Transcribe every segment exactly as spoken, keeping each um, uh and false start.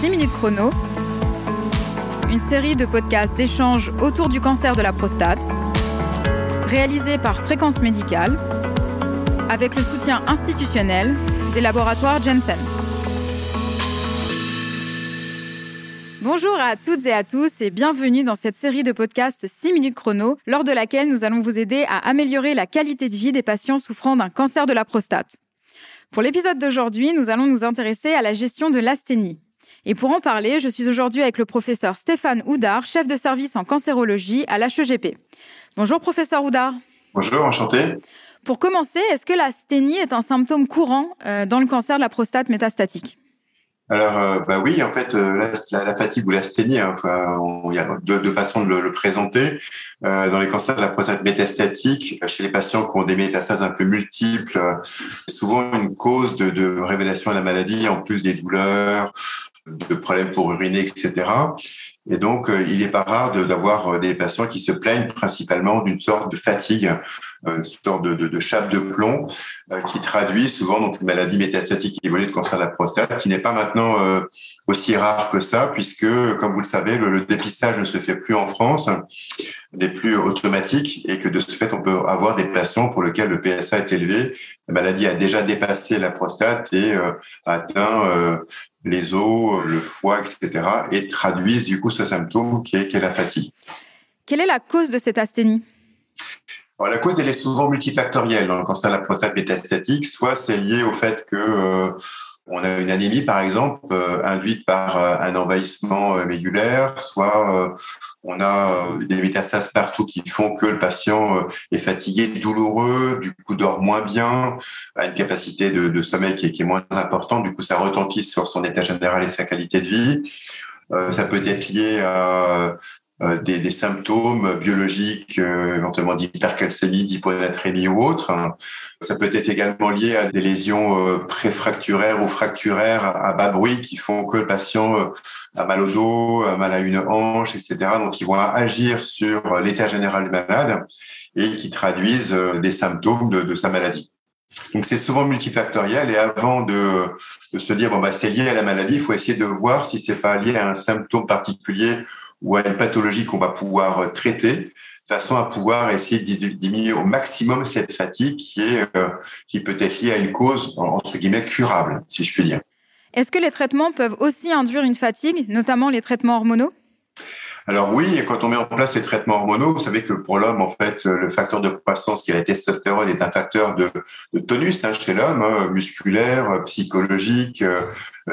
six minutes chrono, une série de podcasts d'échanges autour du cancer de la prostate, réalisée par Fréquence Médicale, avec le soutien institutionnel des laboratoires Janssen. Bonjour à toutes et à tous et bienvenue dans cette série de podcasts six minutes chrono, lors de laquelle nous allons vous aider à améliorer la qualité de vie des patients souffrant d'un cancer de la prostate. Pour l'épisode d'aujourd'hui, nous allons nous intéresser à la gestion de l'asthénie. Et pour en parler, je suis aujourd'hui avec le professeur Stéphane Houdard, chef de service en cancérologie à l'H E G P. Bonjour professeur Houdard. Bonjour, enchanté. Pour commencer, est-ce que l'asthénie est un symptôme courant euh, dans le cancer de la prostate métastatique ? Alors, euh, bah oui, en fait, euh, la, la fatigue ou l'asthénie, hein, enfin, il y a deux, deux façons de le, le présenter. Euh, dans les cancers de la prostate métastatique, chez les patients qui ont des métastases un peu multiples, euh, c'est souvent une cause de, de révélation de la maladie, en plus des douleurs, de problèmes pour uriner, et cetera. Et donc, euh, il n'est pas rare de, d'avoir des patients qui se plaignent principalement d'une sorte de fatigue, euh, une sorte de, de, de chape de plomb, euh, qui traduit souvent donc une maladie métastatique évoluée de cancer de la prostate, qui n'est pas maintenant euh, aussi rare que ça, puisque, comme vous le savez, le, le dépistage ne se fait plus en France, n'est plus automatique, et que de ce fait, on peut avoir des patients pour lesquels le P S A est élevé. La maladie a déjà dépassé la prostate et euh, atteint euh, les os, le foie, et cetera, et traduisent du coup ce symptôme qui est, qui est la fatigue. Quelle est la cause de cette asthénie ? Alors, la cause, elle est souvent multifactorielle dans le cancer de la prostate métastatique. Soit c'est lié au fait que euh, on a une anémie, par exemple, euh, induite par euh, un envahissement euh, médulaire, soit euh, on a euh, des métastases partout qui font que le patient euh, est fatigué, douloureux, du coup dort moins bien, a une capacité de, de sommeil qui est, qui est moins importante, du coup ça retentit sur son état général et sa qualité de vie. Euh, ça peut être lié à euh, des, des symptômes biologiques, euh, éventuellement d'hypercalcémie, d'hyponatrémie ou autre. Ça peut être également lié à des lésions euh, préfracturaires ou fracturaires à bas bruit qui font que le patient euh, a mal au dos, a mal à une hanche, et cetera. Donc, ils vont agir sur l'état général du malade et qui traduisent euh, des symptômes de, de sa maladie. Donc, c'est souvent multifactoriel et avant de, de se dire, bon, bah, c'est lié à la maladie, il faut essayer de voir si c'est pas lié à un symptôme particulier ou à une pathologie qu'on va pouvoir traiter, de façon à pouvoir essayer de diminuer au maximum cette fatigue qui est euh, qui peut être liée à une cause, entre guillemets, curable, si je puis dire. Est-ce que les traitements peuvent aussi induire une fatigue, notamment les traitements hormonaux ? Alors oui, quand on met en place les traitements hormonaux, vous savez que pour l'homme, en fait, le facteur de croissance qui est la testostérone est un facteur de, de tonus hein, chez l'homme, hein, musculaire, psychologique, euh,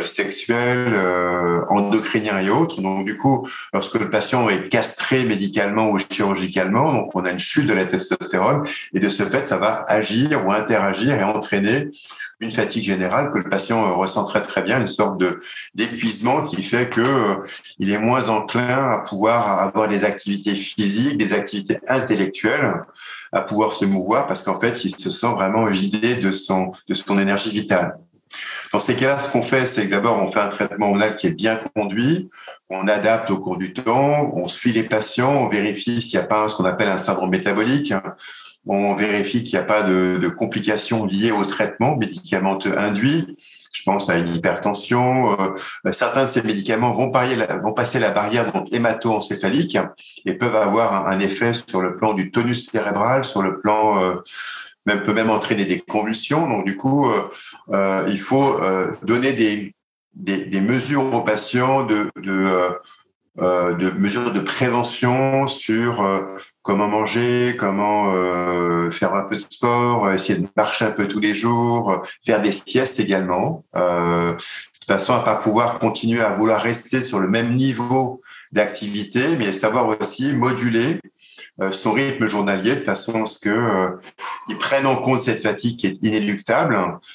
sexuel, euh, endocrinien et autres. Donc du coup, lorsque le patient est castré médicalement ou chirurgicalement, donc on a une chute de la testostérone et de ce fait, ça va agir ou interagir et entraîner une fatigue générale que le patient ressent très très bien, une sorte de d'épuisement qui fait que euh, il est moins enclin à pouvoir avoir des activités physiques, des activités intellectuelles, à pouvoir se mouvoir parce qu'en fait, il se sent vraiment vidé de son de son énergie vitale. Dans ces cas-là, ce qu'on fait, c'est que d'abord, on fait un traitement hormonal qui est bien conduit, on adapte au cours du temps, on suit les patients, on vérifie s'il n'y a pas ce qu'on appelle un syndrome métabolique, on vérifie qu'il n'y a pas de, de complications liées au traitement médicamenteux induit. Je pense à une hypertension. Euh, certains de ces médicaments vont, parier la, vont passer la barrière donc hémato-encéphalique et peuvent avoir un, un effet sur le plan du tonus cérébral, sur le plan euh, même peut même entraîner des convulsions. Donc du coup, euh, euh, il faut euh, donner des, des, des mesures aux patients de, de euh, Euh, de mesures de prévention sur euh, comment manger, comment euh, faire un peu de sport, essayer de marcher un peu tous les jours, faire des siestes également, euh, de façon à pas pouvoir continuer à vouloir rester sur le même niveau d'activité, mais savoir aussi moduler euh, son rythme journalier de façon à ce que euh, ils prennent en compte cette fatigue qui est inéluctable,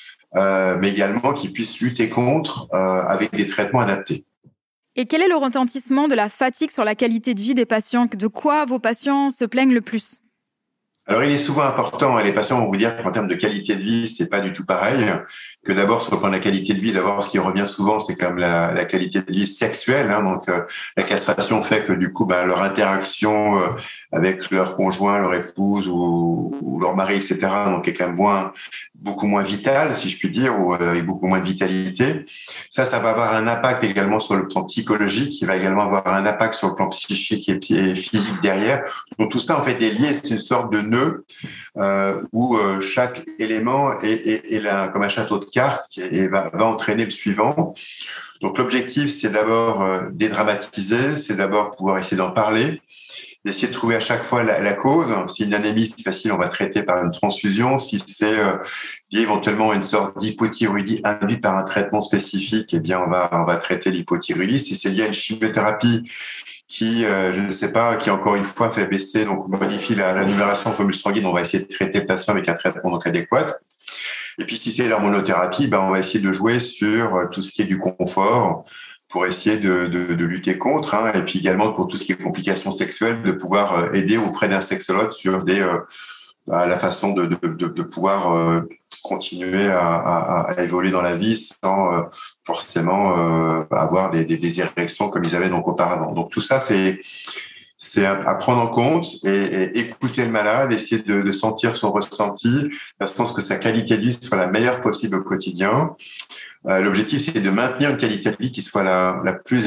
euh, mais également qu'ils puissent lutter contre euh, avec des traitements adaptés. Et quel est le retentissement de la fatigue sur la qualité de vie des patients ? De quoi vos patients se plaignent le plus ? Alors, il est souvent important, et les patients vont vous dire qu'en termes de qualité de vie, c'est pas du tout pareil, que d'abord, sur le plan de la qualité de vie, d'abord, ce qui revient souvent, c'est comme la, la qualité de vie sexuelle, hein, donc euh, la castration fait que du coup, ben, leur interaction euh, avec leur conjoint, leur épouse ou, ou leur mari, et cetera, donc est quand même moins beaucoup moins vital, si je puis dire, ou avec beaucoup moins de vitalité. Ça, ça va avoir un impact également sur le plan psychologique, il va également avoir un impact sur le plan psychique et physique derrière. Donc tout ça, en fait, est lié, c'est une sorte de nœud euh, où euh, chaque élément est, est, est là, comme un château de cartes et va, va entraîner le suivant. Donc l'objectif, c'est d'abord euh, dédramatiser, c'est d'abord pouvoir essayer d'en parler, d'essayer de trouver à chaque fois la, la cause. Si une anémie, c'est facile, on va traiter par une transfusion. Si c'est euh, éventuellement une sorte d'hypothyroïdie induite par un traitement spécifique, eh bien, on va, on va traiter l'hypothyroïdie. Si c'est lié à une chimiothérapie qui, euh, je ne sais pas, qui encore une fois fait baisser, donc modifie la, la numération en formule sanguine, on va essayer de traiter le patient avec un traitement donc adéquat. Et puis, si c'est l'hormonothérapie, ben, on va essayer de jouer sur tout ce qui est du confort, pour essayer de, de, de lutter contre, hein, et puis également pour tout ce qui est complications sexuelles, de pouvoir aider auprès d'un sexologue sur des, euh, à la façon de, de, de, de pouvoir euh, continuer à, à, à évoluer dans la vie sans euh, forcément euh, avoir des, des, des érections comme ils avaient donc auparavant. Donc tout ça, c'est c'est à prendre en compte et, et écouter le malade, essayer de, de sentir son ressenti, de façon à ce que sa qualité de vie soit la meilleure possible au quotidien. Euh, l'objectif, c'est de maintenir une qualité de vie qui soit la, la plus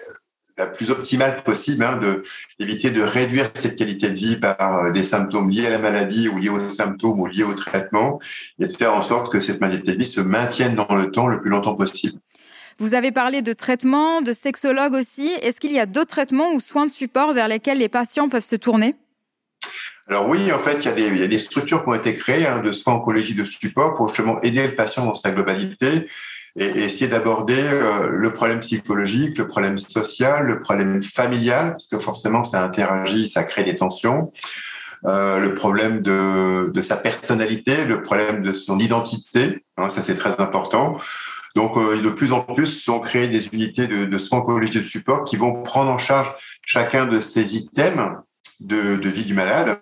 la plus optimale possible, hein, de d'éviter de réduire cette qualité de vie par des symptômes liés à la maladie ou liés aux symptômes ou liés au traitement, et de faire en sorte que cette qualité de vie se maintienne dans le temps le plus longtemps possible. Vous avez parlé de traitement, de sexologue aussi. Est-ce qu'il y a d'autres traitements ou soins de support vers lesquels les patients peuvent se tourner ? Alors oui, en fait, il y a des, il y a des structures qui ont été créées, hein, de soins oncologie de support pour justement aider le patient dans sa globalité et, et essayer d'aborder euh, le problème psychologique, le problème social, le problème familial, parce que forcément, ça interagit, ça crée des tensions. Euh, le problème de, de sa personnalité, le problème de son identité, hein, ça c'est très important. Donc, euh, de plus en plus sont créées des unités de, de soins oncologiques de support qui vont prendre en charge chacun de ces items de, de vie du malade.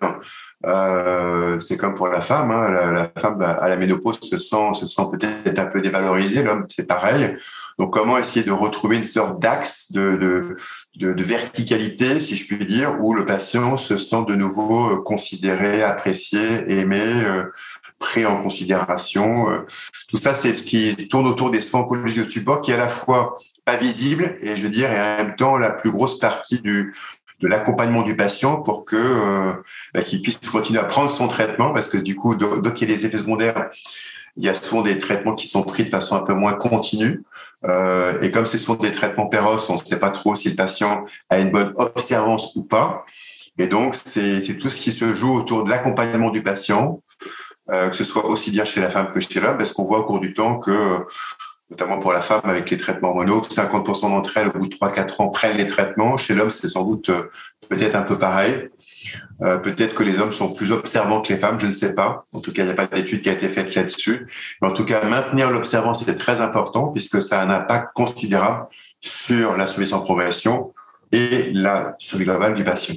Euh, c'est comme pour la femme, hein, la, la femme à la ménopause se sent, se sent peut-être un peu dévalorisée, l'homme c'est pareil. Donc, comment essayer de retrouver une sorte d'axe de, de, de, de verticalité, si je puis dire, où le patient se sent de nouveau considéré, apprécié, aimé, euh, pris en considération. Tout ça, c'est ce qui tourne autour des soins oncologiques de support, qui est à la fois pas visible et je veux dire, et en même temps la plus grosse partie du de l'accompagnement du patient pour que euh, bah, qu'il puisse continuer à prendre son traitement, parce que du coup, donc il y a des effets secondaires, il y a souvent des traitements qui sont pris de façon un peu moins continue. Euh, et comme c'est souvent des traitements péros, on ne sait pas trop si le patient a une bonne observance ou pas. Et donc, c'est, c'est tout ce qui se joue autour de l'accompagnement du patient, euh, que ce soit aussi bien chez la femme que chez l'homme, parce qu'on voit au cours du temps que, notamment pour la femme avec les traitements hormonaux, cinquante pour cent d'entre elles, au bout de trois à quatre ans, prennent les traitements. Chez l'homme, c'est sans doute euh, peut-être un peu pareil. Euh, peut-être que les hommes sont plus observants que les femmes, je ne sais pas. En tout cas, il n'y a pas d'étude qui a été faite là-dessus. Mais en tout cas, maintenir l'observance, c'est très important puisque ça a un impact considérable sur la survie sans progression et la survie globale du patient.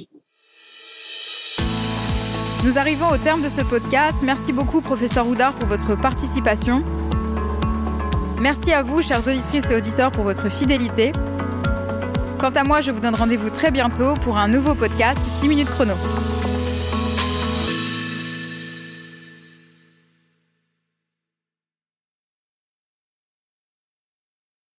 Nous arrivons au terme de ce podcast. Merci beaucoup, professeur Houdard, pour votre participation. Merci à vous, chères auditrices et auditeurs, pour votre fidélité. Quant à moi, je vous donne rendez-vous très bientôt pour un nouveau podcast six minutes chrono.